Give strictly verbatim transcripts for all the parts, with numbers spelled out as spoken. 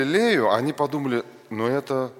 Лею, они подумали, ну это,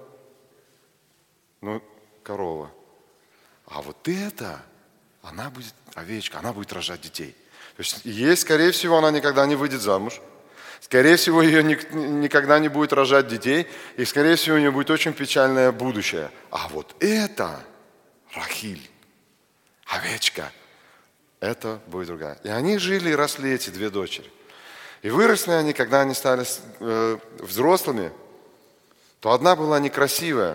ну корова. А вот это, она будет овечка, она будет рожать детей. То есть, ей, скорее всего, она никогда не выйдет замуж. Скорее всего, ее никогда не будет рожать детей. И, скорее всего, у нее будет очень печальное будущее. А вот это, Рахиль, овечка, это будет другая. И они жили и росли, эти две дочери. И выросли они, когда они стали э, взрослыми, то одна была некрасивая.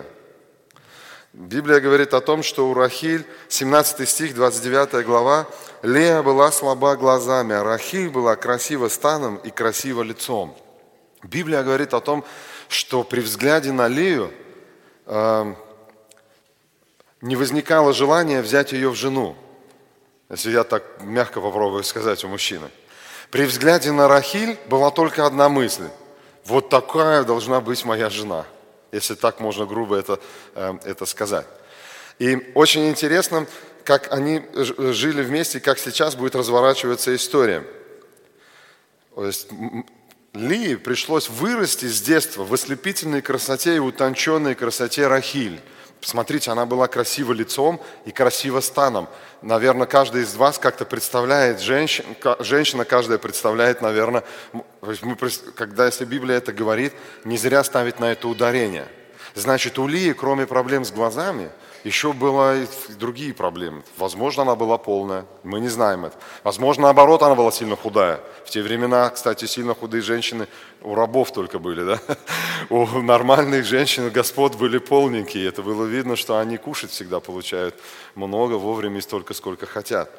Библия говорит о том, что у Рахиль, семнадцатый стих, двадцать девятая глава, Лея была слаба глазами, а Рахиль была красива станом и красива лицом. Библия говорит о том, что при взгляде на Лею э, не возникало желания взять ее в жену. Если я так мягко попробую сказать у мужчины. При взгляде на Рахиль была только одна мысль. Вот такая должна быть моя жена. Если так можно грубо это, это сказать. И очень интересно, как они жили вместе, как сейчас будет разворачиваться история. То есть Лии пришлось вырасти с детства в ослепительной красоте и утонченной красоте Рахиль. Смотрите, она была красива лицом и красива станом. Наверное, каждый из вас как-то представляет, женщин, женщина каждая представляет, наверное, мы, когда если Библия это говорит, не зря ставить на это ударение. Значит, у Лии, кроме проблем с глазами, еще были и другие проблемы. Возможно, она была полная, мы не знаем это. Возможно, наоборот, она была сильно худая. В те времена, кстати, сильно худые женщины у рабов только были, да? У нормальных женщин, господ были полненькие. Это было видно, что они кушать всегда получают много, вовремя и столько, сколько хотят.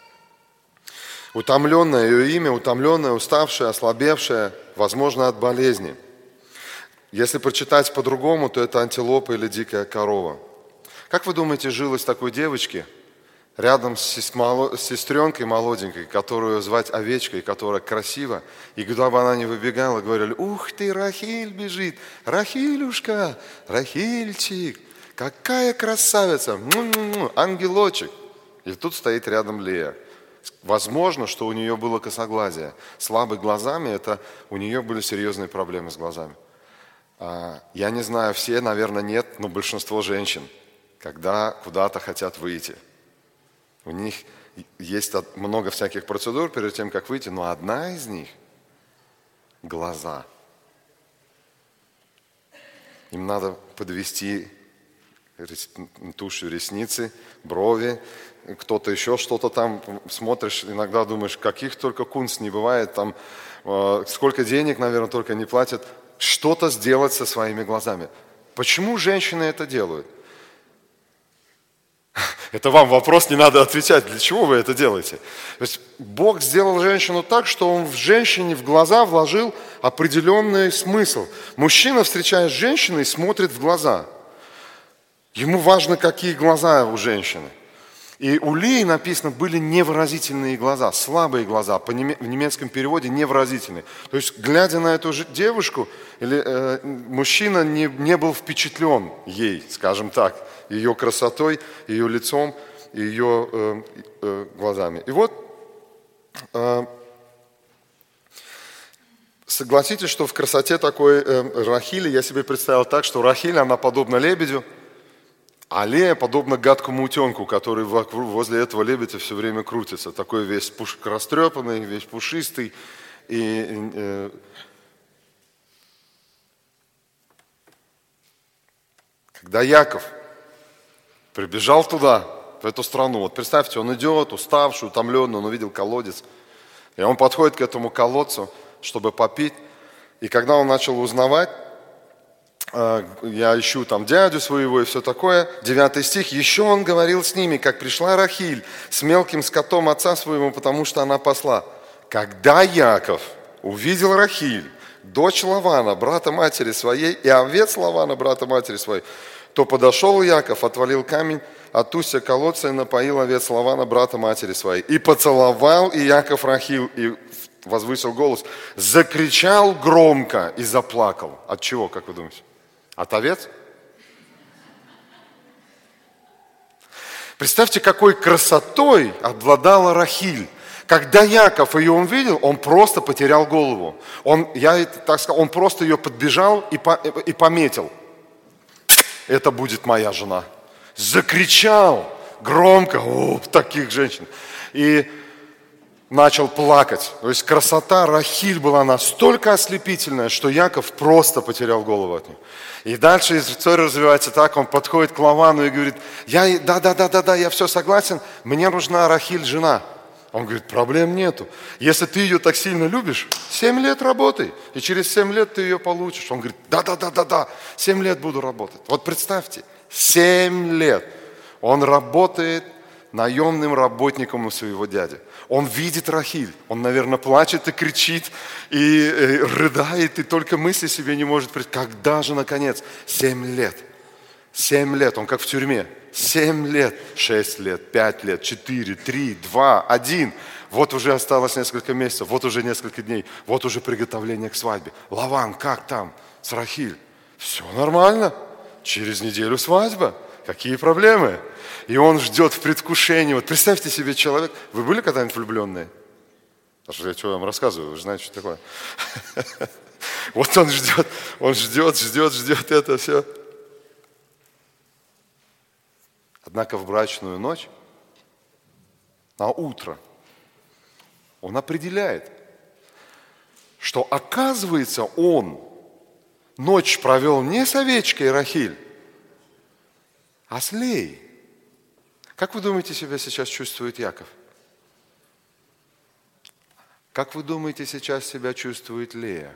Утомленное ее имя, утомленная, уставшая, ослабевшая, возможно, от болезни. Если прочитать по-другому, то это антилопа или дикая корова. Как вы думаете, жилось такой девочке рядом с сестренкой молоденькой, которую звать овечкой, которая красива, и куда бы она ни выбегала, говорили: ух ты, Рахиль бежит, Рахилюшка, Рахильчик, какая красавица, му-му-му, ангелочек. И тут стоит рядом Лея. Возможно, что у нее было косоглазие. Слабый глазами, это у нее были серьезные проблемы с глазами. Я не знаю, все, наверное, нет, но большинство женщин, когда куда-то хотят выйти. У них есть много всяких процедур перед тем, как выйти, но одна из них – глаза. Им надо подвести тушью ресницы, брови, кто-то еще что-то там смотришь, иногда думаешь, каких только кунст не бывает, там сколько денег, наверное, только не платят, что-то сделать со своими глазами. Почему женщины это делают? Это вам вопрос, не надо отвечать, для чего вы это делаете. То есть Бог сделал женщину так, что Он в женщине в глаза вложил определенный смысл. Мужчина, встречаясь с женщиной, смотрит в глаза. Ему важно, какие глаза у женщины. И у Лии написано, были невыразительные глаза, слабые глаза, по неме- в немецком переводе невыразительные. То есть, глядя на эту же девушку, или, э, мужчина не, не был впечатлен ей, скажем так, ее красотой, ее лицом, ее э, э, глазами. И вот, э, согласитесь, что в красоте такой э, Рахили я себе представил так, что Рахиль, она подобна лебедю, а Лея подобна гадкому утенку, который возле этого лебедя все время крутится. Такой весь пуш... растрепанный, весь пушистый. И, э... Когда Яков прибежал туда, в эту страну, вот представьте, он идет, уставший, утомленный, он увидел колодец. И он подходит к этому колодцу, чтобы попить. И когда он начал узнавать, я ищу там дядю своего и все такое. Девятый стих. Еще он говорил с ними, как пришла Рахиль с мелким скотом отца своего, потому что она пасла. Когда Яков увидел Рахиль, дочь Лавана, брата матери своей, и овец Лавана, брата матери своей, то подошел Яков, отвалил камень от устья колодца и напоил овец Лавана, брата матери своей. И поцеловал и Яков Рахиль, и возвысил голос, закричал громко и заплакал. От чего, как вы думаете? От овец? Представьте, какой красотой обладала Рахиль. Когда Яков ее увидел, он просто потерял голову. Он, я так сказал, он просто ее подбежал и, по, и пометил. Это будет моя жена. Закричал громко, о, таких женщин. И начал плакать. То есть красота Рахиль была настолько ослепительная, что Яков просто потерял голову от нее. И дальше история развивается так, он подходит к Лавану и говорит, я, да, да, да, да, да, я все согласен, мне нужна Рахиль жена. Он говорит, проблем нету. Если ты ее так сильно любишь, семь лет работай, и через семь лет ты ее получишь. Он говорит, да, да, да, да, да, семь лет буду работать. Вот представьте, семь лет он работает наемным работником у своего дяди. Он видит Рахиль, он, наверное, плачет и кричит, и рыдает, и только мысли себе не может представить. Когда же, наконец, семь лет? Семь лет, он как в тюрьме. Семь лет, шесть лет, пять лет, четыре, три, два, один. Вот уже осталось несколько месяцев, вот уже несколько дней, вот уже приготовление к свадьбе. Лаван, как там с Рахиль? Все нормально, через неделю свадьба. Какие проблемы? И он ждет в предвкушении. Вот представьте себе человек. Вы были когда-нибудь влюбленные? Потому что я что вам рассказываю, вы же знаете, что такое. Вот он ждет, он ждет, ждет, ждет это все. Однако в брачную ночь, на утро, он определяет, что оказывается он ночь провел не с овечкой Рахиль, а с Леей. Как вы думаете, себя сейчас чувствует Яков? Как вы думаете, сейчас себя чувствует Лея?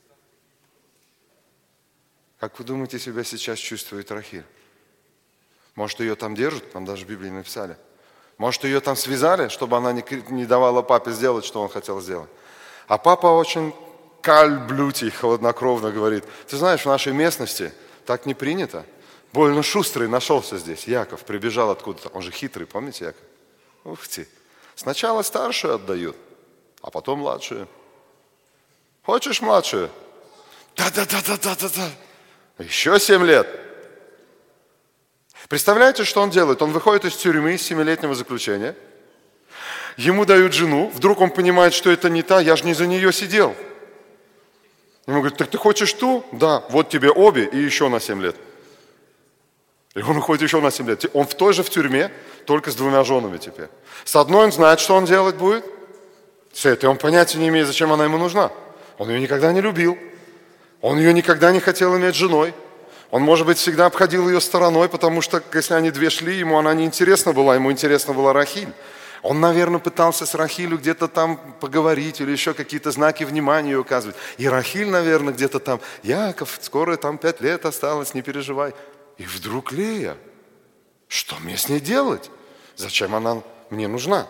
Как вы думаете, себя сейчас чувствует Рахиль? Может, ее там держат, там даже в Библии написали. Может, ее там связали, чтобы она не, не давала папе сделать, что он хотел сделать. А папа очень каль-блютий, хладнокровно говорит, ты знаешь, в нашей местности так не принято. Больно шустрый нашелся здесь. Яков прибежал откуда-то. Он же хитрый, помните, Яков? Ух ты. Сначала старшую отдают, а потом младшую. Хочешь младшую? Да-да-да-да-да-да-да. Еще семь лет. Представляете, что он делает? Он выходит из тюрьмы, из семилетнего заключения. Ему дают жену. Вдруг он понимает, что это не та. Я же не за нее сидел. Ему говорят, так ты хочешь ту? Да, вот тебе обе и еще на семь лет. И он уходит еще на семь лет. Он в той же в тюрьме, только с двумя женами теперь. С одной он знает, что он делать будет. С этой он понятия не имеет, зачем она ему нужна. Он ее никогда не любил. Он ее никогда не хотел иметь женой. Он, может быть, всегда обходил ее стороной, потому что, если они две шли, ему она не интересна была, ему интересна была Рахиль. Он, наверное, пытался с Рахилью где-то там поговорить или еще какие-то знаки внимания указывать. И Рахиль, наверное, где-то там, Яков, скоро там пять лет осталось, не переживай. И вдруг Лея, что мне с ней делать? Зачем она мне нужна?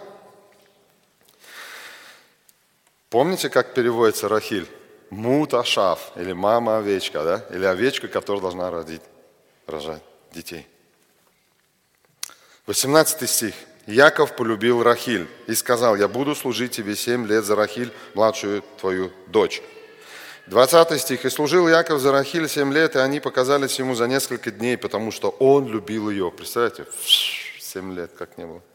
Помните, как переводится Рахиль? Мут-ашав, или мама-овечка, да? Или овечка, которая должна родить, рожать детей. восемнадцатый стих. Яков полюбил Рахиль и сказал, я буду служить тебе семь лет за Рахиль, младшую твою дочь. двадцатый стих. И служил Яков за Рахиль семь лет, и они показались ему за несколько дней, потому что он любил ее. Представляете, семь лет как не было.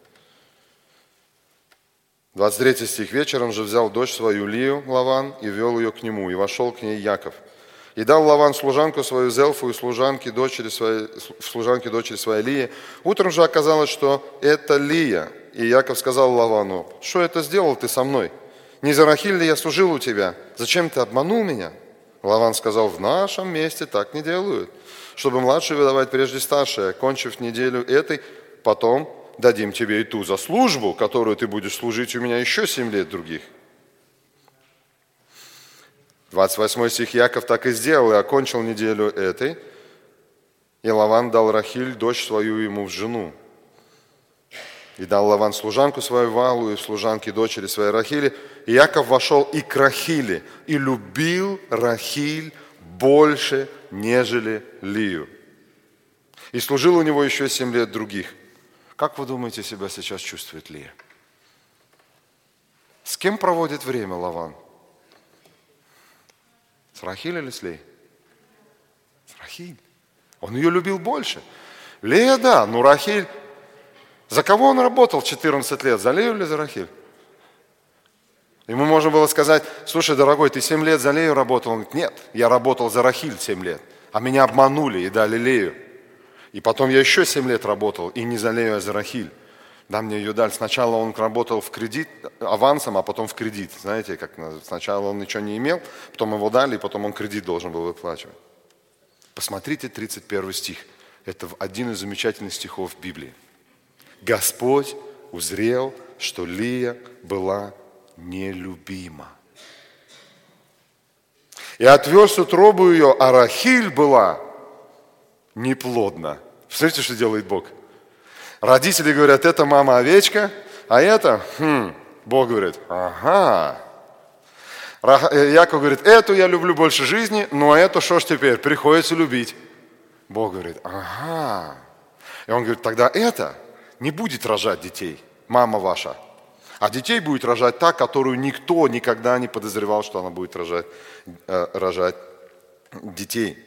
двадцать третий стих. Вечером же взял дочь свою Лию, Лаван, и вел ее к нему, и вошел к ней Яков. И дал Лаван служанку свою Зелфу и служанке дочери своей, служанке дочери своей Лии. Утром же оказалось, что это Лия. И Яков сказал Лавану, что это сделал ты со мной? Не за Рахиль ли я служил у тебя? Зачем ты обманул меня? Лаван сказал, в нашем месте так не делают. Чтобы младший выдавать прежде старшее, кончив неделю этой, потом дадим тебе и ту за службу, которую ты будешь служить у меня еще семь лет других. двадцать восьмой стих. Яков так и сделал, и окончил неделю этой. И Лаван дал Рахиль, дочь свою, ему в жену. И дал Лаван служанку свою Валу, и служанке дочери своей Рахили. И Яков вошел и к Рахиле, и любил Рахиль больше, нежели Лию. И служил у него еще семь лет других. Как вы думаете, себя сейчас чувствует Лия? С кем проводит время Лаван? С Рахиль или с Леей? С Рахиль. Он ее любил больше. Лея, да, но Рахиль... За кого он работал четырнадцать лет? За Лею или за Рахиль? Ему можно было сказать: слушай, дорогой, ты семь лет за Лею работал? Он говорит: нет, я работал за Рахиль семь лет, а меня обманули и дали Лею. И потом я еще семь лет работал, и не за Лею, а за Рахиль. Да, мне ее дали. Сначала он работал в кредит, авансом, а потом в кредит. Знаете, как сначала он ничего не имел, потом его дали, и потом он кредит должен был выплачивать. Посмотрите тридцать первый стих. Это один из замечательных стихов Библии. Господь узрел, что Лия была нелюбима. И отвез утробу ее, а Рахиль была неплодна. Смотрите, что делает Бог. Родители говорят: это мама овечка, а это, хм, Бог говорит: ага. Яков говорит: эту я люблю больше жизни, но эту что ж теперь, приходится любить. Бог говорит: ага. И он говорит: тогда это не будет рожать детей, мама ваша. А детей будет рожать та, которую никто никогда не подозревал, что она будет рожать, э, рожать детей.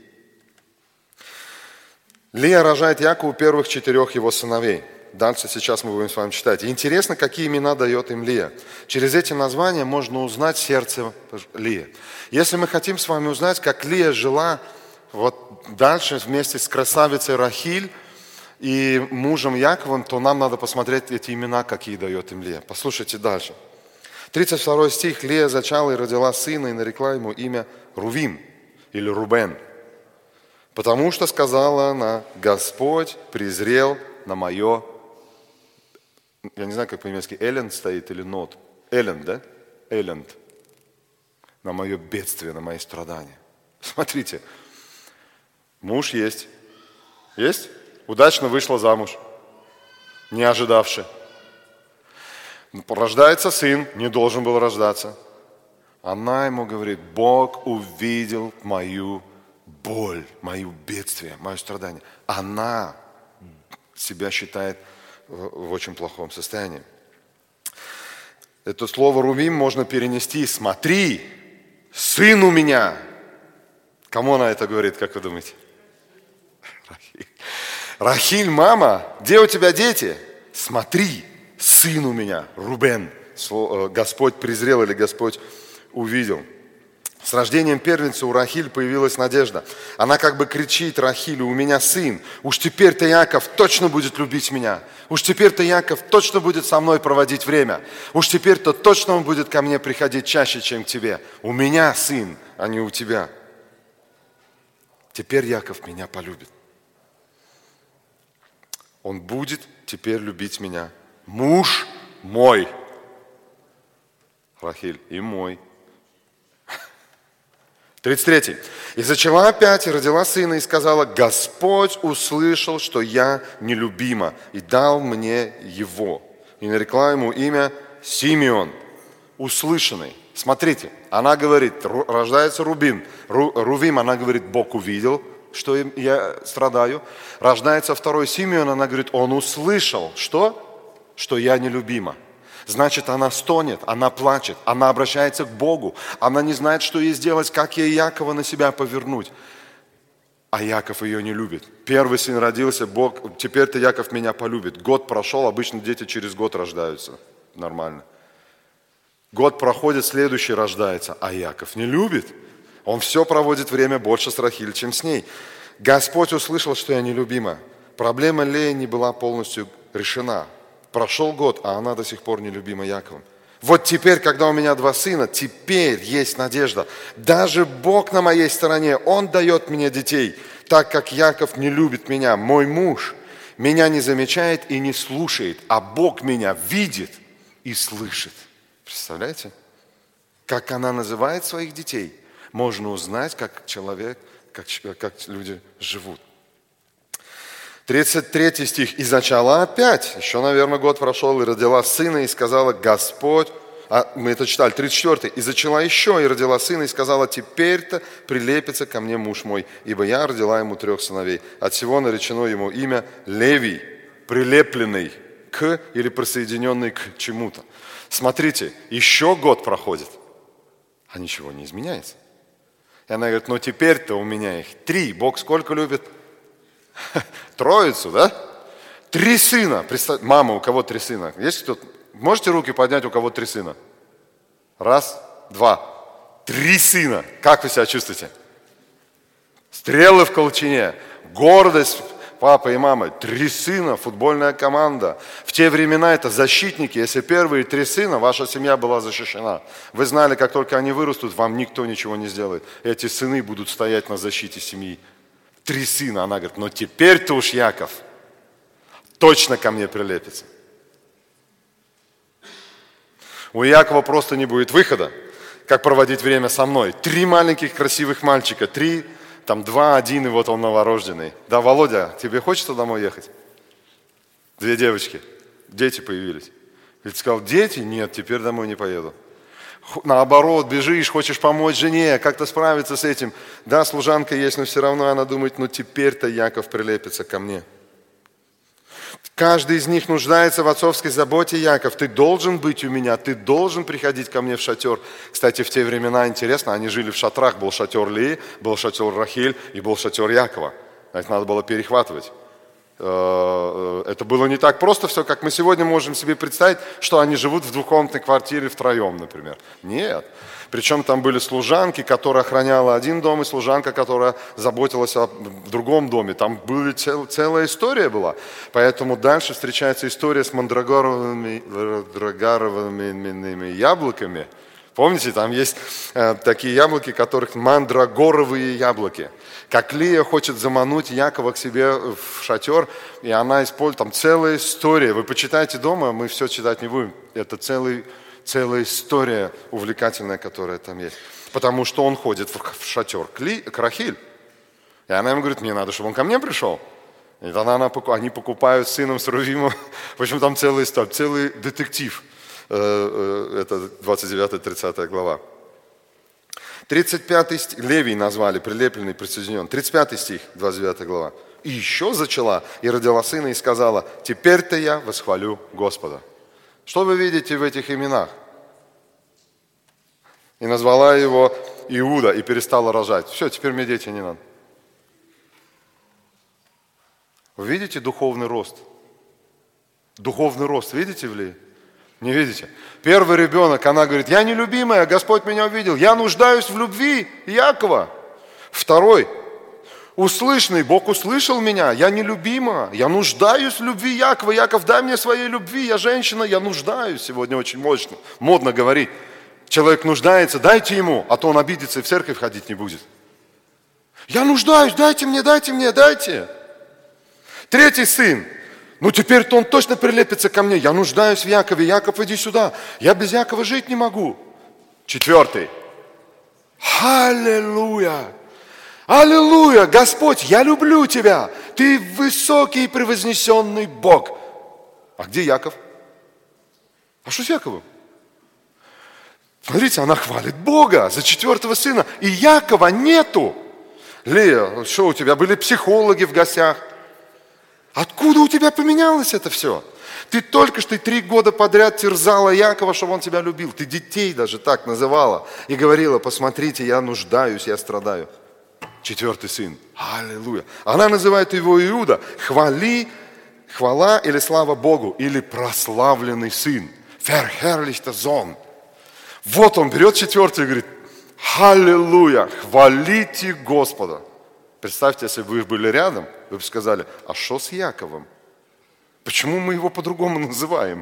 Лия рожает Якову первых четырех его сыновей. Дальше сейчас мы будем с вами читать. И интересно, какие имена дает им Лия. Через эти названия можно узнать сердце Лии. Если мы хотим с вами узнать, как Лия жила вот дальше вместе с красавицей Рахиль и мужем Яковом, то нам надо посмотреть эти имена, какие дает им Лия. Послушайте дальше. тридцать второй стих. Лия зачала и родила сына, и нарекла ему имя Рувим или Рубен. Потому что, сказала она, Господь презрел на мое, я не знаю, как по-немецки, Элленд стоит или нот. Элленд, да? Элленд. На мое бедствие, на мои страдания. Смотрите, муж есть. Есть? Удачно вышла замуж, не ожидавши. Рождается сын, не должен был рождаться. Она ему говорит: Бог увидел мою боль, мое бедствие, мое страдание. Она себя считает в очень плохом состоянии. Это слово «рувим» можно перенести: смотри, сын у меня. Кому она это говорит, как вы думаете? Рахиль. Рахиль, мама, где у тебя дети? Смотри, сын у меня, Рубен. Господь презрел или Господь увидел. С рождением первенца у Рахиль появилась надежда. Она как бы кричит Рахилю: у меня сын, уж теперь-то Яков точно будет любить меня. Уж теперь-то Яков точно будет со мной проводить время. Уж теперь-то точно он будет ко мне приходить чаще, чем к тебе. У меня сын, а не у тебя. Теперь Яков меня полюбит. Он будет теперь любить меня. Муж мой. Рахиль, и мой. тридцать третий. И зачала опять, и родила сына, и сказала: Господь услышал, что я нелюбима, и дал мне его. И нарекла ему имя Симеон, услышанный. Смотрите, она говорит, рождается Рубин, Ру, Рувим, она говорит: Бог увидел, что я страдаю. Рождается второй Симеон, она говорит: он услышал, что? Что я нелюбима. Значит, она стонет, она плачет, она обращается к Богу, она не знает, что ей сделать, как ей Якова на себя повернуть. А Яков ее не любит. Первый сын родился, Бог, теперь-то Яков меня полюбит. Год прошел, обычно дети через год рождаются. Нормально. Год проходит, следующий рождается, а Яков не любит. Он все проводит время больше с Рахиль, чем с ней. Господь услышал, что я нелюбима. Проблема Леи не была полностью решена. Прошел год, а она до сих пор нелюбима Яковом. Вот теперь, когда у меня два сына, теперь есть надежда. Даже Бог на моей стороне, Он дает мне детей, так как Яков не любит меня. Мой муж меня не замечает и не слушает, а Бог меня видит и слышит. Представляете? Как она называет своих детей, можно узнать, как человек, как, как люди живут. тридцать третий стих. «И зачала опять». Еще, наверное, год прошел. «И родила сына, и сказала: Господь...» А мы это читали. тридцать четвёртый. «И зачала еще, и родила сына, и сказала: теперь-то прилепится ко мне муж мой, ибо я родила ему трех сыновей. От всего наречено ему имя Левий, прилепленный к или присоединенный к чему-то». Смотрите, еще год проходит, а ничего не изменяется. И она говорит: ну теперь-то у меня их три. Бог сколько любит? Троицу, да? Три сына. Представь, мама, у кого три сына? Есть кто-то? Можете руки поднять, у кого три сына? Раз, два, три сына. Как вы себя чувствуете? Стрелы в колчине, гордость папы и мамы. Три сына, футбольная команда. В те времена это защитники. Если первые три сына, ваша семья была защищена. Вы знали, как только они вырастут, вам никто ничего не сделает. Эти сыны будут стоять на защите семьи. Три сына. Она говорит, но теперь-то уж Яков точно ко мне прилепится. У Якова просто не будет выхода, как проводить время со мной. Три маленьких красивых мальчика, три... Там два, один, и вот он новорожденный. Да, Володя, тебе хочется домой ехать? Две девочки, дети появились. И ты сказал, дети? Нет, теперь домой не поеду. Наоборот, бежишь, хочешь помочь жене, как-то справиться с этим. Да, служанка есть, но все равно она думает, ну теперь-то Яков прилепится ко мне. Каждый из них нуждается в отцовской заботе, Яков. Ты должен быть у меня, ты должен приходить ко мне в шатер. Кстати, в те времена, интересно, они жили в шатрах. Был шатер Лии, был шатер Рахиль и был шатер Якова. Знаете, надо было перехватывать. Это было не так просто все, как мы сегодня можем себе представить, что они живут в двухкомнатной квартире втроем, например. Нет. Причем там были служанки, которая охраняла один дом, и служанка, которая заботилась о другом доме. Там была цел, целая история была. Поэтому дальше встречается история с мандрагоровыми, мандрагоровыми яблоками. Помните, там есть э, такие яблоки, которых мандрагоровые яблоки. Как Лия хочет замануть Якова к себе в шатер, и она использует, там целая история. Вы почитайте дома, мы все читать не будем. Это целый... Целая история увлекательная, которая там есть. Потому что он ходит в шатер к, Ли, к Рахиль. И она ему говорит, мне надо, чтобы он ко мне пришел. И тогда она, они покупают с сыном, с Рувимом. В общем, там целый, целый детектив. Это двадцать девятая тридцатая глава. тридцать пятый стих, Левий назвали, прилепленный, присоединен. тридцать пятый стих, двадцать девятая глава. И еще зачала, и родила сына, и сказала, теперь-то я восхвалю Господа. Что вы видите в этих именах? И назвала его Иуда, и перестала рожать. Все, теперь мне дети не надо. Вы видите духовный рост? Духовный рост видите в Лии? Не видите? Первый ребенок, она говорит, я нелюбимая, Господь меня увидел, я нуждаюсь в любви Якова. Второй, услышанный, Бог услышал меня, я нелюбима, я нуждаюсь в любви Якова. Яков, дай мне своей любви, я женщина, я нуждаюсь. Сегодня очень мощно, модно говорить. Человек нуждается, дайте ему, а то он обидится и в церковь ходить не будет. Я нуждаюсь, дайте мне, дайте мне, дайте. Третий сын, ну теперь-то он точно прилепится ко мне, я нуждаюсь в Якове, Яков, иди сюда, я без Якова жить не могу. Четвертый, аллилуйя. Аллилуйя, Господь, я люблю Тебя. Ты высокий и превознесенный Бог. А где Яков? А что с Яковом? Смотрите, она хвалит Бога за четвертого сына. И Якова нету. Лея, что у тебя были психологи в гостях? Откуда у тебя поменялось это все? Ты только что три года подряд терзала Якова, чтобы он тебя любил. Ты детей даже так называла. И говорила, посмотрите, я нуждаюсь, я страдаю. Четвертый сын. Аллилуйя. Она называет его Иуда. Хвали, хвала или слава Богу, или прославленный сын. Verherrlichter Sohn. Вот он берет четвертый и говорит, аллилуйя, хвалите Господа. Представьте, если бы вы были рядом, вы бы сказали, а что с Яковом? Почему мы его по-другому называем?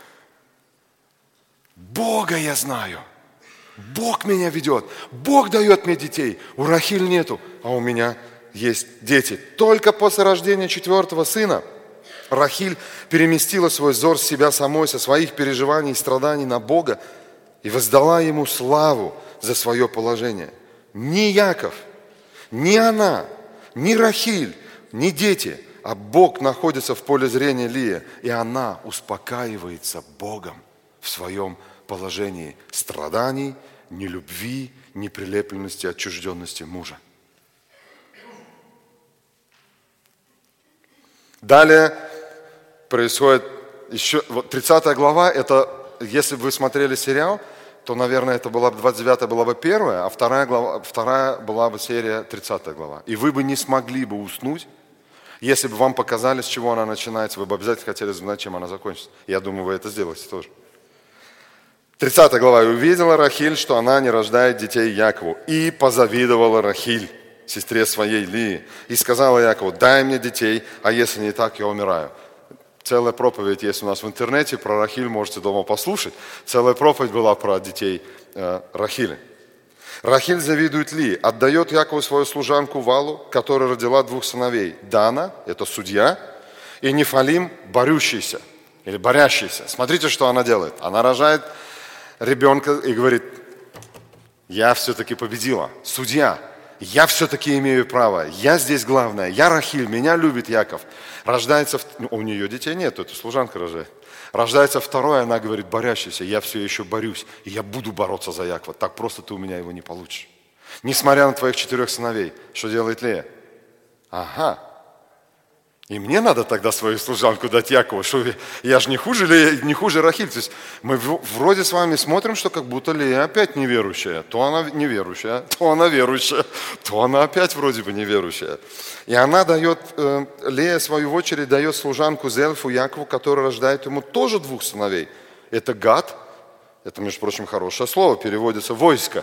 Бога я знаю. Бог меня ведет, Бог дает мне детей. У Рахиль нету, а у меня есть дети. Только после рождения четвертого сына Рахиль переместила свой взор с себя самой, со своих переживаний и страданий на Бога и воздала ему славу за свое положение. Ни Яков, ни она, ни Рахиль, ни дети, а Бог находится в поле зрения Лии, и она успокаивается Богом в своем положении страданий, нелюбви, неприлепленности, отчужденности мужа. Далее происходит еще, вот тридцатая глава, это, если бы вы смотрели сериал, то, наверное, это была бы двадцать девятая была бы первая, а вторая, глава, вторая была бы серия тридцатая глава. И вы бы не смогли бы уснуть, если бы вам показали, с чего она начинается, вы бы обязательно хотели знать, чем она закончится. Я думаю, вы это сделаете тоже. тридцатая глава. «И увидела Рахиль, что она не рождает детей Якову, и позавидовала Рахиль, сестре своей Лии, и сказала Якову: дай мне детей, а если не так, я умираю». Целая проповедь есть у нас в интернете про Рахиль, можете дома послушать. Целая проповедь была про детей э, Рахили. Рахиль завидует Лии, отдает Якову свою служанку Валу, которая родила двух сыновей. Дана, это судья, и Нефалим, борющийся или борящийся. Смотрите, что она делает. Она рожает ребенка и говорит: я все-таки победила, судья. Я все-таки имею право, я здесь главная, я Рахиль, меня любит Яков. Рождается, у нее детей нет, это служанка рожает. Рождается второй, она говорит: борящийся, я все еще борюсь, и я буду бороться за Якова. Так просто ты у меня его не получишь. Несмотря на твоих четырех сыновей, что делает Лея? Ага. И мне надо тогда свою служанку дать Якову, что я же не хуже, Лея, не хуже Рахиль. То есть мы вроде с вами смотрим, что как будто Лея опять неверующая. То она неверующая, то она верующая, то она опять вроде бы неверующая. И она дает, э, Лея в свою очередь дает служанку Зельфу Якову, который рождает ему тоже двух сыновей. Это Гад, это, между прочим, хорошее слово, переводится войско.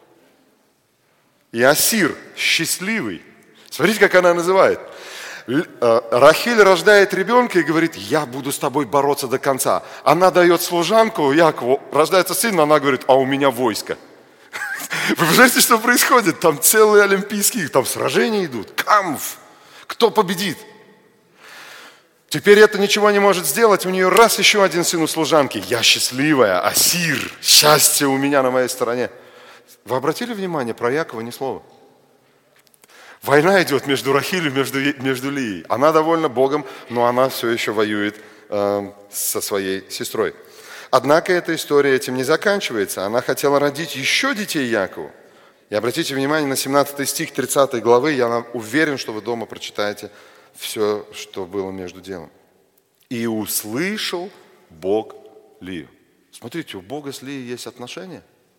И Асир, счастливый. Смотрите, как она называет. Рахиль рождает ребенка и говорит: я буду с тобой бороться до конца. Она дает служанку Якову, рождается сын, она говорит: а у меня войско. Вы представляете, что происходит? Там целые олимпийские, там сражения идут, камф. Кто победит? Теперь это ничего не может сделать. У нее раз еще один сын у служанки. Я счастливая, Асир, счастье у меня на моей стороне. Вы обратили внимание, про Якова ни слова? Война идет между Рахилью и между, между Лией. Она довольна Богом, но она все еще воюет э, со своей сестрой. Однако эта история этим не заканчивается. Она хотела родить еще детей Якову. И обратите внимание на семнадцатый стих тридцатой главы. Я уверен, что вы дома прочитаете все, что было между делом. «И услышал Бог Лию». Смотрите, у Бога с Лией есть отношения.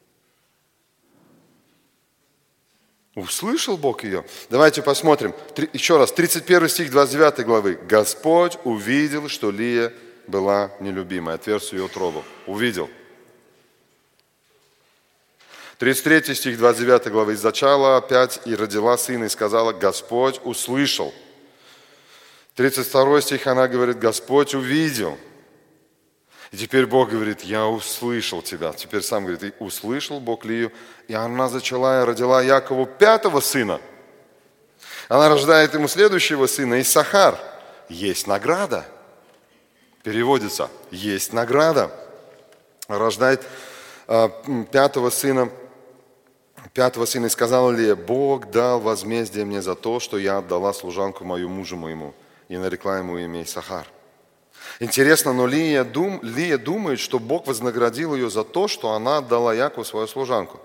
Услышал Бог ее. Давайте посмотрим. Еще раз, тридцать первый стих двадцать девятой главы. «Господь увидел, что Лия была нелюбимой, отверз ее утробу». Увидел. тридцать третий стих двадцать девятой главы. «И зачала опять, и родила сына, и сказала: Господь услышал». тридцать второй стих она говорит: Господь увидел. И теперь Бог говорит: я услышал тебя. Теперь сам говорит: и услышал Бог Лию. И она зачала и родила Якову пятого сына. Она рождает ему следующего сына, Иссахар. Есть награда. Переводится: есть награда. Рождает э, пятого сына. Пятого сына, и сказала Лия: Бог дал возмездие мне за то, что я отдала служанку мою мужу моему. И нарекла ему имя Иссахар. Интересно, но Лия, дум, Лия думает, что Бог вознаградил ее за то, что она отдала Якову свою служанку.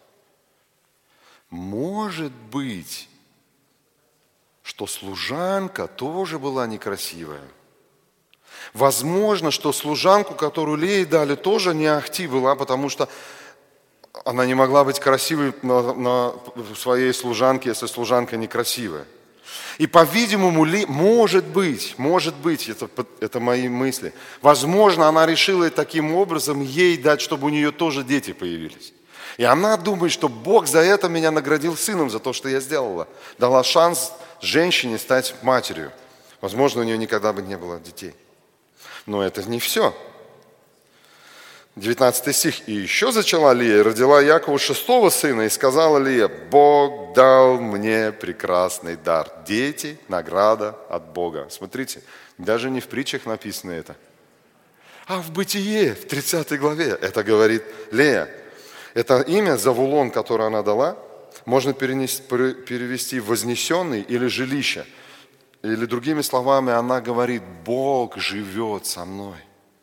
Может быть, что служанка тоже была некрасивая. Возможно, что служанку, которую Лее дали, тоже не ахти была, потому что она не могла быть красивой на, на своей служанке, если служанка некрасивая. И, по-видимому, Ли, может быть, может быть, это, это мои мысли, возможно, она решила таким образом ей дать, чтобы у нее тоже дети появились. И она думает, что Бог за это меня наградил сыном, за то, что я сделала. Дала шанс женщине стать матерью. Возможно, у нее никогда бы не было детей. Но это не все. девятнадцатый стих. «И еще зачала Лия, и родила Якову шестого сына, и сказала Лия: Бог дал мне прекрасный дар». Дети – награда от Бога. Смотрите, даже не в притчах написано это, а в Бытие, в тридцатой главе. Это говорит Лея. Это имя Завулон, которое она дала, можно перенести, перевести «вознесенный» или «жилище». Или другими словами, она говорит: Бог живет со мной.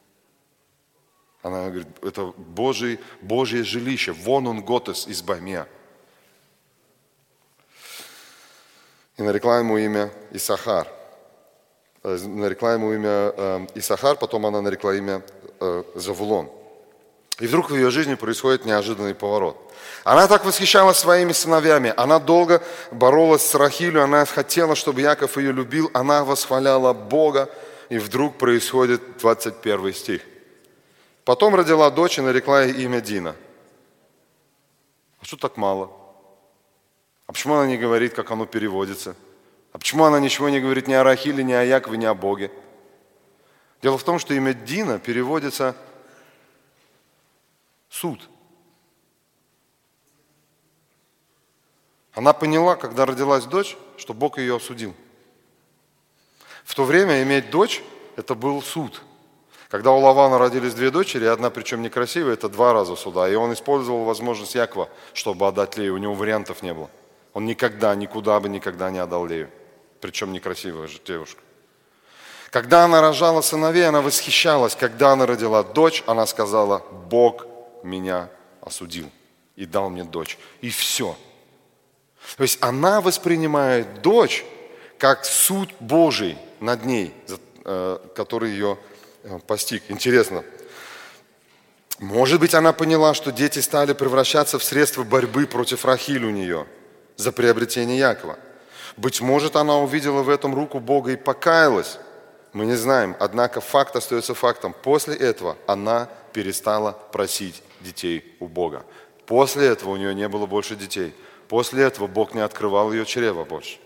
Она говорит: это Божий, Божье жилище. Вон он, Готес из Баймия. И нарекла ему имя Иссахар. Нарекла ему имя Иссахар, потом она нарекла имя Завулон. И вдруг в ее жизни происходит неожиданный поворот. Она так восхищалась своими сыновьями. Она долго боролась с Рахилью. Она хотела, чтобы Яков ее любил. Она восхваляла Бога. И вдруг происходит двадцать первый стих. Потом родила дочь и нарекла ей имя Дина. А что так мало? А почему она не говорит, как оно переводится? А почему она ничего не говорит ни о Рахиле, ни о Якове, ни о Боге? Дело в том, что имя Дина переводится «суд». Она поняла, когда родилась дочь, что Бог ее осудил. В то время иметь дочь – это был суд. Когда у Лавана родились две дочери, одна причем некрасивая, это два раза суда. И он использовал возможность Якова, чтобы отдать Лею. У него вариантов не было. Он никогда, никуда бы никогда не отдал Лею. Причем некрасивая же девушка. Когда она рожала сыновей, она восхищалась. Когда она родила дочь, она сказала: Бог меня осудил и дал мне дочь. И все. То есть она воспринимает дочь как суд Божий над ней, который ее постиг. Интересно. Может быть, она поняла, что дети стали превращаться в средства борьбы против Рахиль у нее за приобретение Якова. Быть может, она увидела в этом руку Бога и покаялась. Мы не знаем. Однако факт остается фактом. После этого она перестала просить детей у Бога. После этого у нее не было больше детей. После этого Бог не открывал ее чрева больше.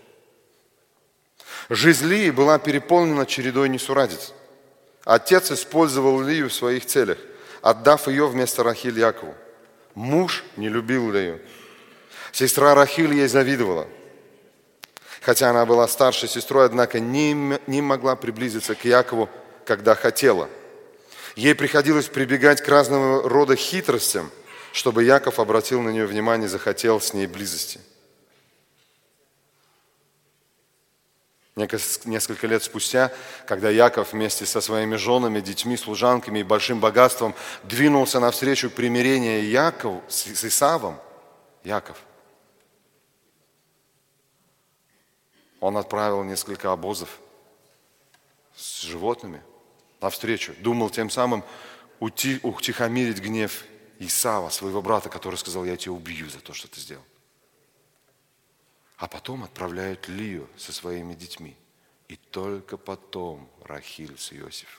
Жизнь Лии была переполнена чередой несурадиц. Отец использовал Лию в своих целях, отдав ее вместо Рахиль Якову. Муж не любил Лию. Сестра Рахиль ей завидовала. Хотя она была старшей сестрой, однако не, не могла приблизиться к Якову, когда хотела. Ей приходилось прибегать к разного рода хитростям, чтобы Яков обратил на нее внимание и захотел с ней близости. Несколько лет спустя, когда Яков вместе со своими женами, детьми, служанками и большим богатством двинулся навстречу примирению Якову с Исавом, Яков, он отправил несколько обозов с животными навстречу. Думал тем самым утихомирить гнев Исава, своего брата, который сказал: я тебя убью за то, что ты сделал. А потом отправляют Лию со своими детьми. И только потом Рахиль с Иосифом.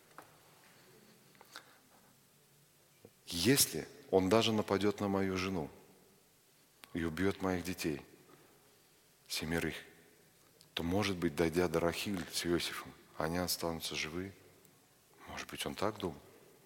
Если он даже нападет на мою жену и убьет моих детей, семерых, то, может быть, дойдя до Рахиль с Иосифом, они останутся живы. Может быть, он так думал.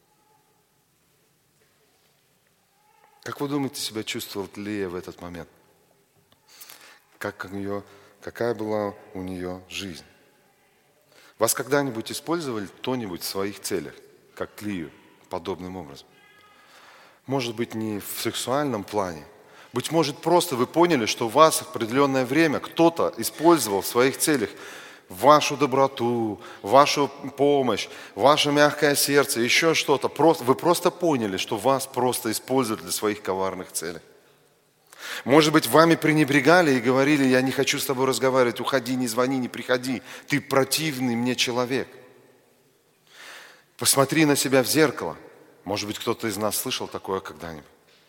Как вы думаете, себя чувствовала Лия в этот момент? Как у нее, какая была у нее жизнь? Вас когда-нибудь использовали кто-нибудь в своих целях, как Лию, подобным образом? Может быть, не в сексуальном плане. Быть может, просто вы поняли, что вас в определенное время кто-то использовал в своих целях вашу доброту, вашу помощь, ваше мягкое сердце, еще что-то. Вы просто поняли, что вас просто используют для своих коварных целей. Может быть, вами пренебрегали и говорили: я не хочу с тобой разговаривать, уходи, не звони, не приходи, ты противный мне человек. Посмотри на себя в зеркало. Может быть, кто-то из нас слышал такое когда-нибудь.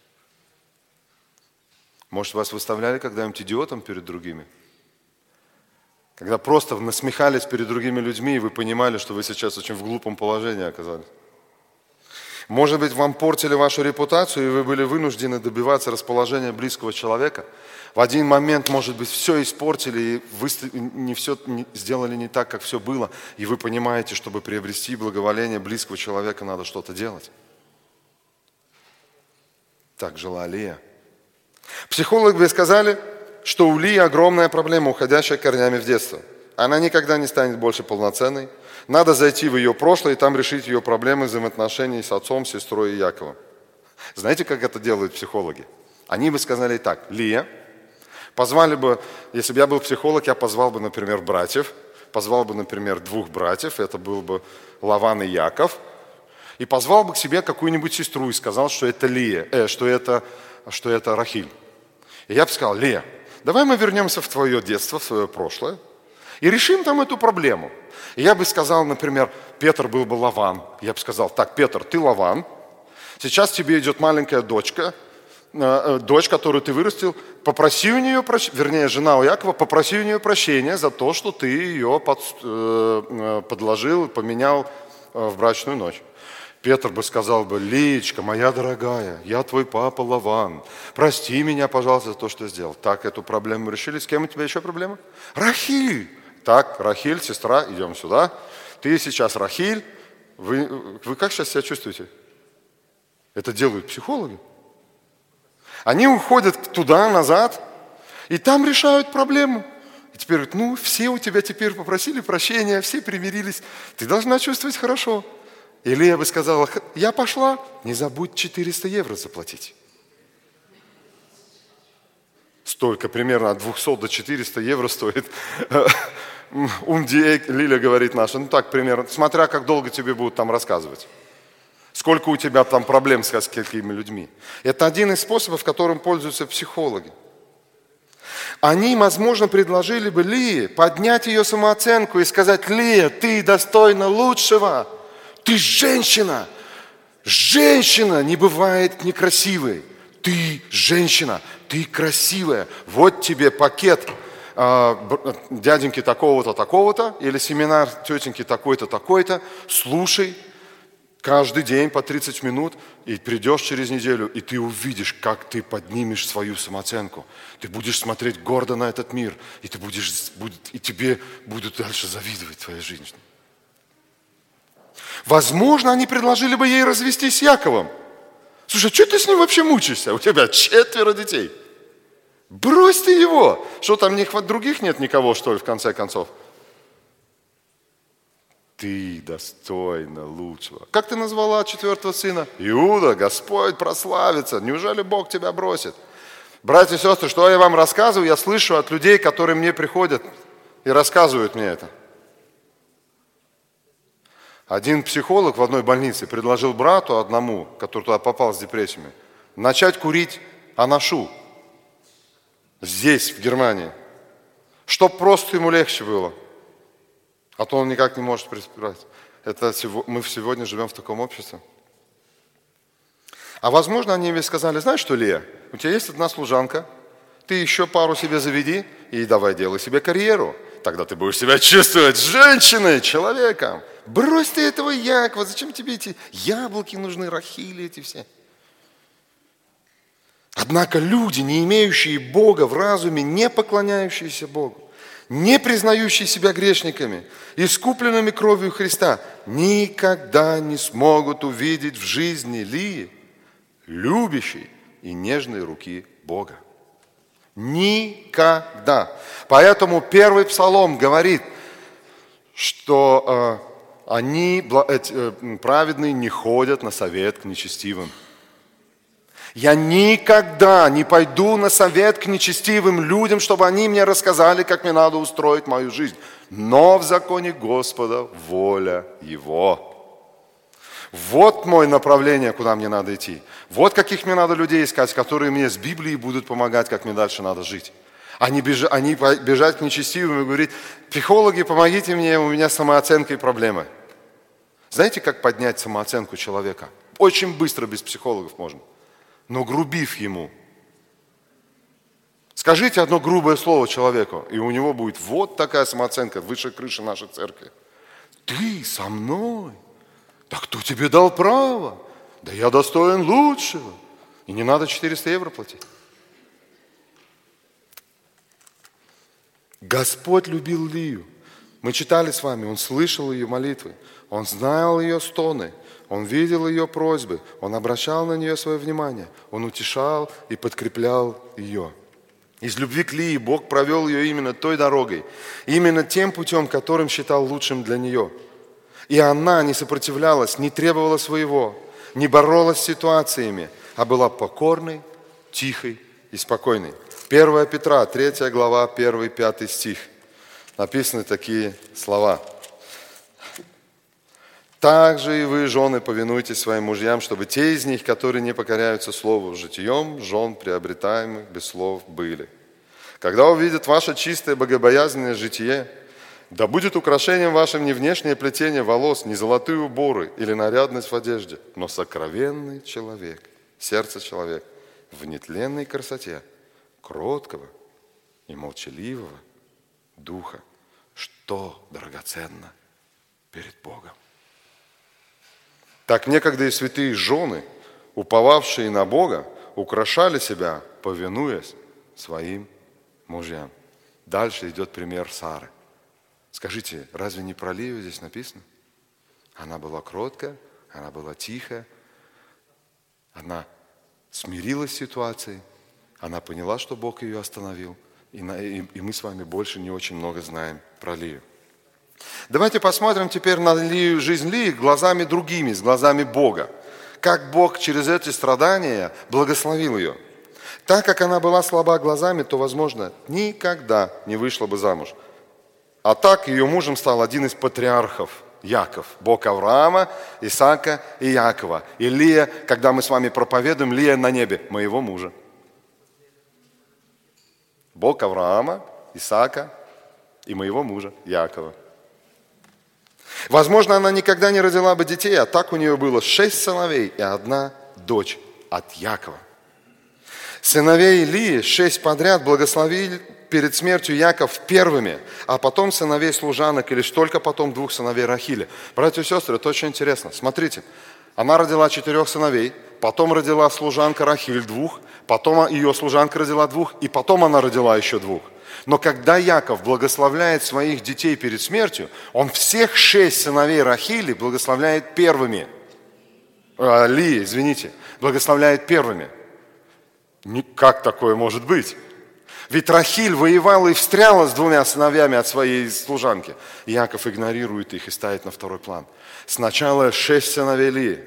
Может, вас выставляли когда-нибудь идиотом перед другими? Когда просто насмехались перед другими людьми, и вы понимали, что вы сейчас очень в глупом положении оказались. Может быть, вам портили вашу репутацию, и вы были вынуждены добиваться расположения близкого человека. В один момент, может быть, все испортили, и вы не все сделали не так, как все было. И вы понимаете, чтобы приобрести благоволение близкого человека, надо что-то делать. Так жила Лия. Психологи бы сказали, что у Лии огромная проблема, уходящая корнями в детство. Она никогда не станет больше полноценной. Надо зайти в ее прошлое и там решить ее проблемы взаимоотношений с отцом, сестрой и Яковом. Знаете, как это делают психологи? Они бы сказали так: Лия, позвали бы, если бы я был психолог, я позвал бы, например, братьев, позвал бы, например, двух братьев, это был бы Лаван и Яков, и позвал бы к себе какую-нибудь сестру и сказал, что это Лия, э, что это, что это Рахиль. И я бы сказал: Лия, давай мы вернемся в твое детство, в свое прошлое, и решим там эту проблему. И я бы сказал, например, Петр был бы Лаван. Я бы сказал: так, Петр, ты Лаван. Сейчас тебе идет маленькая дочка, э, дочь, которую ты вырастил. Попроси у нее прощения, вернее, жена у Якова, попроси у нее прощения за то, что ты ее под, э, подложил, поменял э, в брачную ночь. Петр бы сказал бы: Леечка, моя дорогая, я твой папа Лаван, прости меня, пожалуйста, за то, что сделал. Так, эту проблему решили. С кем у тебя еще проблема? Рахиль. Так, Рахиль, сестра, идем сюда. Ты сейчас Рахиль. Вы, вы как сейчас себя чувствуете? Это делают психологи. Они уходят туда, назад, и там решают проблему. И теперь говорят: ну, все у тебя теперь попросили прощения, все примирились. Ты должна чувствовать хорошо. Или я бы сказала: я пошла, не забудь четыреста евро заплатить. Столько, примерно от двухсот до четырёхсот евро стоит. Умдиек, Лиля говорит наша, ну так примерно, смотря как долго тебе будут там рассказывать. Сколько у тебя там проблем с какими людьми. Это один из способов, которым пользуются психологи. Они, возможно, предложили бы Лии поднять ее самооценку и сказать: Лия, ты достойна лучшего. Ты женщина. Женщина не бывает некрасивой. Ты женщина. Ты красивая. Вот тебе пакет э, дяденьки такого-то, такого-то, или семинар тетеньки такой-то, такой-то. Слушай каждый день по тридцать минут, и придешь через неделю, и ты увидишь, как ты поднимешь свою самооценку. Ты будешь смотреть гордо на этот мир, и, ты будешь, будет, и тебе будут дальше завидовать твоей жизни. Возможно, они предложили бы ей развестись с Яковом. Слушай, а что ты с ним вообще мучаешься? У тебя четверо детей. Брось ты его. Что там, других нет никого, что ли, в конце концов? Ты достойна лучшего. Как ты назвала четвертого сына? Иуда, Господь прославится. Неужели Бог тебя бросит? Братья и сестры, что я вам рассказываю, я слышу от людей, которые мне приходят и рассказывают мне это. Один психолог в одной больнице предложил брату одному, который туда попал с депрессиями, начать курить анашу здесь, в Германии, чтобы просто ему легче было. А то он никак не может представить. Это мы сегодня живем в таком обществе. А возможно, они мне сказали: знаешь что, Лия, у тебя есть одна служанка, ты еще пару себе заведи и давай делай себе карьеру. Тогда ты будешь себя чувствовать женщиной, человеком. Брось ты этого Якова, зачем тебе эти яблоки нужны, Рахили эти все? Однако люди, не имеющие Бога в разуме, не поклоняющиеся Богу, не признающие себя грешниками, искупленными кровью Христа, никогда не смогут увидеть в жизни Лии любящей и нежной руки Бога. Никогда. Поэтому первый псалом говорит, что э, они, э, праведные, не ходят на совет к нечестивым. Я никогда не пойду на совет к нечестивым людям, чтобы они мне рассказали, как мне надо устроить мою жизнь. Но в законе Господа воля Его. Вот мое направление, куда мне надо идти. Вот каких мне надо людей искать, которые мне с Библией будут помогать, как мне дальше надо жить. А не бежать, а не бежать к нечестивым и говорить: психологи, помогите мне, у меня с самооценкой проблемы. Знаете, как поднять самооценку человека? Очень быстро, без психологов можно. Но грубив ему. Скажите одно грубое слово человеку, и у него будет вот такая самооценка выше крыши нашей церкви. Ты со мной? Да кто тебе дал право? Да я достоин лучшего. И не надо четыреста евро платить. Господь любил Лию. Мы читали с вами, Он слышал ее молитвы, Он знал ее стоны, Он видел ее просьбы, Он обращал на нее свое внимание, Он утешал и подкреплял ее. Из любви к Лии Бог провел ее именно той дорогой, именно тем путем, которым считал лучшим для нее. И она не сопротивлялась, не требовала своего, не боролась с ситуациями, а была покорной, тихой и спокойной. первое Петра, третья глава, первый-пятый стих. Написаны такие слова. «Также и вы, жены, повинуйтесь своим мужьям, чтобы те из них, которые не покоряются слову, житием жен приобретаемых без слов были. Когда увидят ваше чистое богобоязненное житие, да будет украшением вашим не внешнее плетение волос, не золотые уборы или нарядность в одежде, но сокровенный человек, сердце человек, в нетленной красоте, кроткого и молчаливого духа, что драгоценно перед Богом». Так некогда и святые жены, уповавшие на Бога, украшали себя, повинуясь своим мужьям. Дальше идет пример Сары. Скажите, разве не про Лию здесь написано? Она была кроткая, она была тихая, она смирилась с ситуацией, она поняла, что Бог ее остановил, и, на, и, и мы с вами больше не очень много знаем про Лию. Давайте посмотрим теперь на Лию, жизнь Лии глазами другими, с глазами Бога. Как Бог через эти страдания благословил ее. Так как она была слаба глазами, то, возможно, никогда не вышла бы замуж. А так ее мужем стал один из патриархов, Яков, Бог Авраама, Исаака и Якова. И Лия, когда мы с вами проповедуем, Лия на небе, моего мужа. Бог Авраама, Исаака и моего мужа, Якова. Возможно, она никогда не родила бы детей, а так у нее было шесть сыновей и одна дочь от Якова. Сыновей Лии шесть подряд благословили перед смертью Яков первыми, а потом сыновей служанок, и лишь только потом двух сыновей Рахили. Братья и сестры, это очень интересно. Смотрите, она родила четырех сыновей, потом родила служанка Рахиль двух, потом ее служанка родила двух, и потом она родила еще двух. Но когда Яков благословляет своих детей перед смертью, он всех шесть сыновей Рахили благословляет первыми. Э, Лии, извините, благословляет первыми. Как такое может быть? Ведь Рахиль воевала и встряла с двумя сыновьями от своей служанки. Яков игнорирует их и ставит на второй план. Сначала шесть сыновей Лии,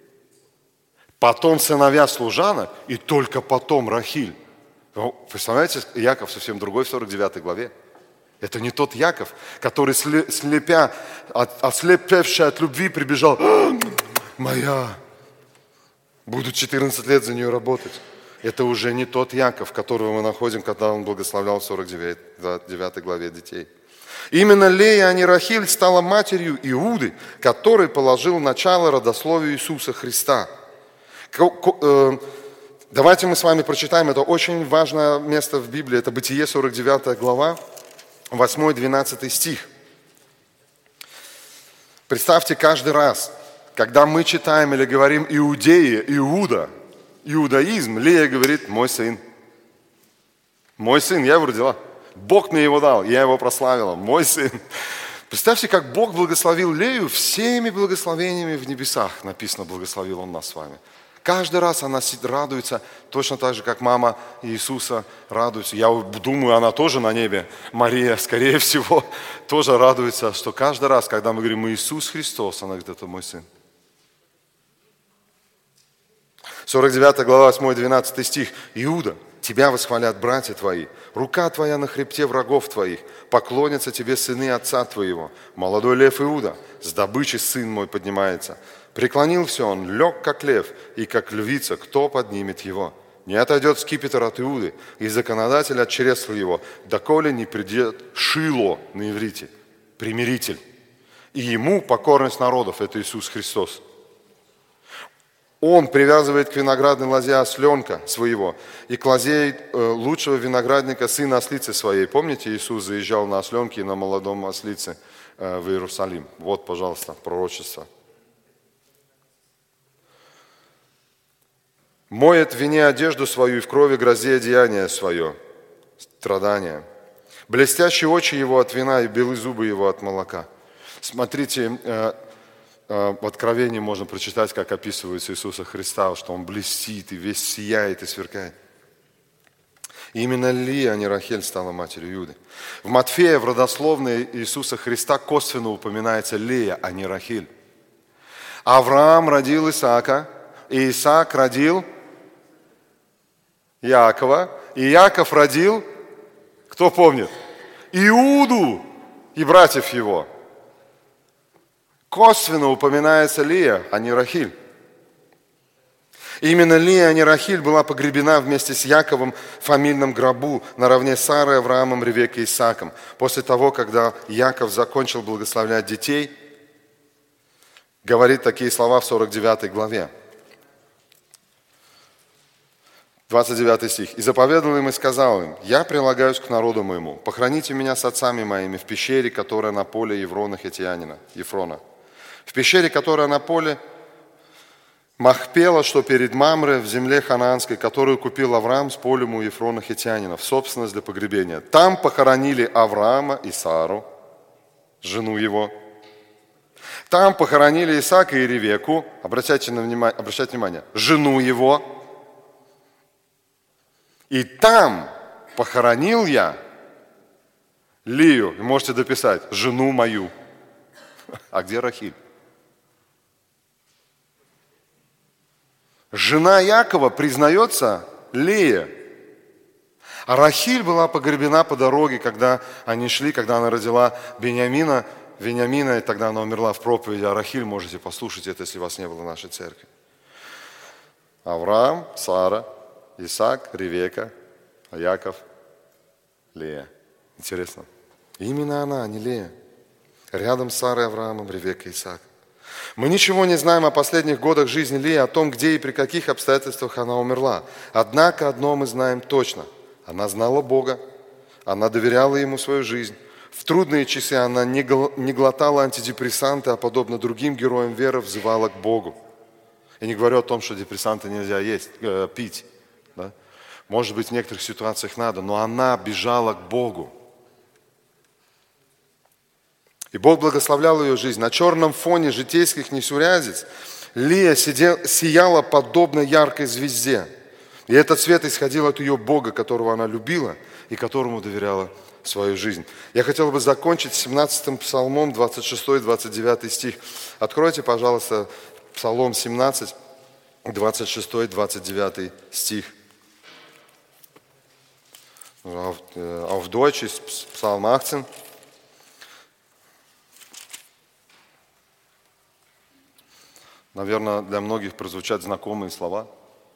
потом сыновья служанок, и только потом Рахиль. Представляете, Яков совсем другой в сорок девятой главе. Это не тот Яков, который, слепя, ослепевший от любви, прибежал: «Моя, буду четырнадцать лет за нее работать». Это уже не тот Яков, которого мы находим, когда он благословлял в сорок девятой главе детей. Именно Лея, а не Рахиль, стала матерью Иуды, который положил начало родословию Иисуса Христа. Давайте мы с вами прочитаем, это очень важное место в Библии, это Бытие, сорок девятая глава, восьмой-двенадцатый стих. Представьте, каждый раз, когда мы читаем или говорим «Иудеи», «Иуда», «Иудаизм», Лея говорит «мой сын». Мой сын, я его родила. Бог мне его дал, я его прославила, мой сын. Представьте, как Бог благословил Лею всеми благословениями в небесах. Написано, благословил Он нас с вами. Каждый раз она радуется, точно так же, как мама Иисуса радуется. Я думаю, она тоже на небе, Мария, скорее всего, тоже радуется, что каждый раз, когда мы говорим «Иисус Христос», она говорит, это мой сын. сорок девятая глава, восьмой-двенадцатый стих. «Иуда, тебя восхвалят братья твои, рука твоя на хребте врагов твоих, поклонятся тебе сыны отца твоего. Молодой лев Иуда, с добычи сын мой поднимается. Преклонил все он, лег как лев, и как львица, кто поднимет его? Не отойдет скипетр от Иуды, и законодатель от чресла его, доколе не придет Шило на иврите, примиритель. И ему покорность народов, это Иисус Христос. Он привязывает к виноградной лозе осленка своего и к лозе лучшего виноградника сына ослицы своей». Помните, Иисус заезжал на осленке и на молодом ослице в Иерусалим? Вот, пожалуйста, пророчество. «Моет в вине одежду свою и в крови грози одеяние свое». Страдания. «Блестящие очи его от вина и белые зубы его от молока». Смотрите, в Откровении можно прочитать, как описывается Иисуса Христа, что Он блестит и весь сияет и сверкает. И именно Лия, а не Рахель, стала матерью Иуды. В Матфея, в родословной Иисуса Христа косвенно упоминается Лия, а не Рахиль. Авраам родил Исаака, и Исаак родил Якова, и Яков родил, кто помнит, Иуду и братьев его. Косвенно упоминается Лия, а не Рахиль. Именно Лия, а не Рахиль, была погребена вместе с Яковом в фамильном гробу наравне с Сарой, Авраамом, Ревекой и Исааком. После того, когда Яков закончил благословлять детей, говорит такие слова в сорок девятой главе. двадцать девятый стих. «И заповедовал им и сказал им: я прилагаюсь к народу моему, похороните меня с отцами моими в пещере, которая на поле Еврона Хитиянина, Ефрона. В пещере, которая на поле Махпела, что перед Мамре в земле ханаанской, которую купил Авраам с полем у Ефрона хитянина, в собственность для погребения. Там похоронили Авраама и Сару, жену его. Там похоронили Исаака и Ревеку, обращайте, на внимание, обращайте внимание, жену его. И там похоронил я Лию, и можете дописать, жену мою. А где Рахиль? Жена Якова признается Лея. А Рахиль была погребена по дороге, когда они шли, когда она родила Беньямина, Вениамина, и тогда она умерла в проповеди. А Рахиль, можете послушать это, если вас не было в нашей церкви. Авраам, Сара, Исаак, Ревека, а Яков, Лея. Интересно. Именно она, а не Лея. Рядом с Сарой, Авраамом, Ревекой, Исаак. Мы ничего не знаем о последних годах жизни Леи, о том, где и при каких обстоятельствах она умерла. Однако одно мы знаем точно. Она знала Бога, она доверяла Ему свою жизнь. В трудные часы она не глотала антидепрессанты, а подобно другим героям веры взывала к Богу. Я не говорю о том, что депрессанты нельзя есть, э, пить. Да? Может быть, в некоторых ситуациях надо, но она бежала к Богу. И Бог благословлял ее жизнь. На черном фоне житейских несурядиц Лия сидел, сияла подобно яркой звезде. И этот свет исходил от ее Бога, которого она любила и которому доверяла свою жизнь. Я хотел бы закончить семнадцатым псалмом, двадцать шестой двадцать девятый стих. Откройте, пожалуйста, Псалом семнадцать, двадцать шестой двадцать девятый стих. Auf Deutsch ist Psalm achtzehn. Наверное, для многих прозвучат знакомые слова.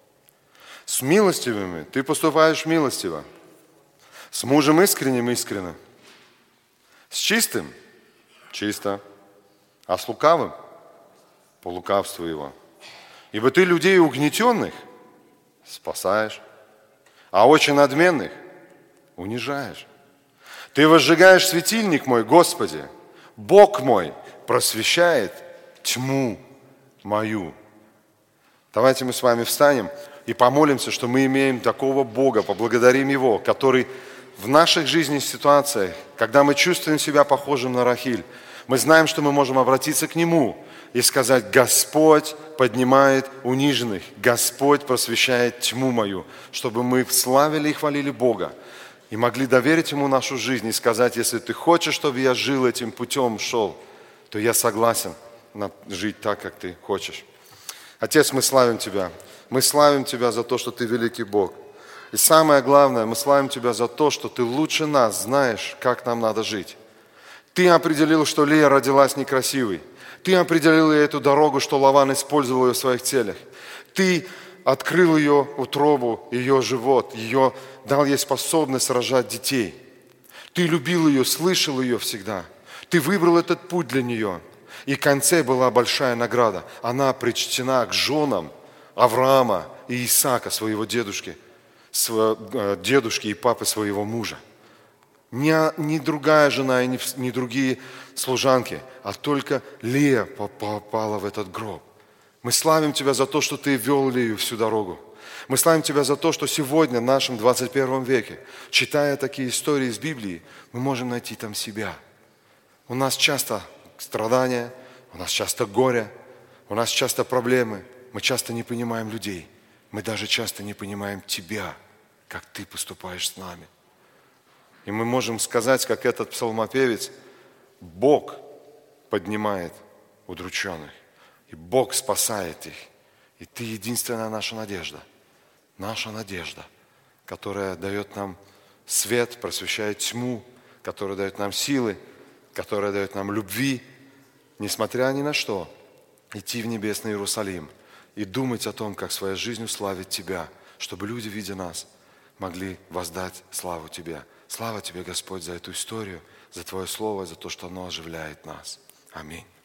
С милостивыми ты поступаешь милостиво, с мужем искренним искренно, с чистым чисто, а с лукавым по лукавству его. Ибо ты людей угнетенных спасаешь, а очень надменных унижаешь. Ты возжигаешь светильник мой, Господи, Бог мой просвещает тьму мою. Давайте мы с вами встанем и помолимся, что мы имеем такого Бога, поблагодарим Его, который в наших жизненных ситуациях, когда мы чувствуем себя похожим на Рахиль, мы знаем, что мы можем обратиться к Нему и сказать: Господь поднимает униженных, Господь просвещает тьму мою, чтобы мы славили и хвалили Бога и могли доверить Ему нашу жизнь и сказать: если Ты хочешь, чтобы я жил этим путем, шел, то я согласен жить так, как Ты хочешь. Отец, мы славим Тебя. Мы славим Тебя за то, что Ты великий Бог. И самое главное, мы славим Тебя за то, что Ты лучше нас знаешь, как нам надо жить. Ты определил, что Лея родилась некрасивой. Ты определил ей эту дорогу, что Лаван использовал ее в своих целях. Ты открыл ее утробу, ее живот, ее, дал ей способность рожать детей. Ты любил ее, слышал ее всегда. Ты выбрал этот путь для нее. И в конце была большая награда. Она причтена к женам Авраама и Исаака, своего дедушки, своего, дедушки и папы своего мужа. Не, не другая жена и не, не другие служанки, а только Лея попала в этот гроб. Мы славим Тебя за то, что Ты вел Лею всю дорогу. Мы славим Тебя за то, что сегодня, в нашем двадцать первом веке, читая такие истории из Библии, мы можем найти там себя. У нас часто страдания, у нас часто горе, у нас часто проблемы, мы часто не понимаем людей, мы даже часто не понимаем Тебя, как Ты поступаешь с нами. И мы можем сказать, как этот псалмопевец: Бог поднимает удрученных, и Бог спасает их, и Ты единственная наша надежда, наша надежда, которая дает нам свет, просвещает тьму, которая дает нам силы, которая дает нам любви, несмотря ни на что, идти в небесный Иерусалим и думать о том, как своей жизнью славить Тебя, чтобы люди, видя нас, могли воздать славу Тебе. Слава Тебе, Господь, за эту историю, за Твое Слово, за то, что оно оживляет нас. Аминь.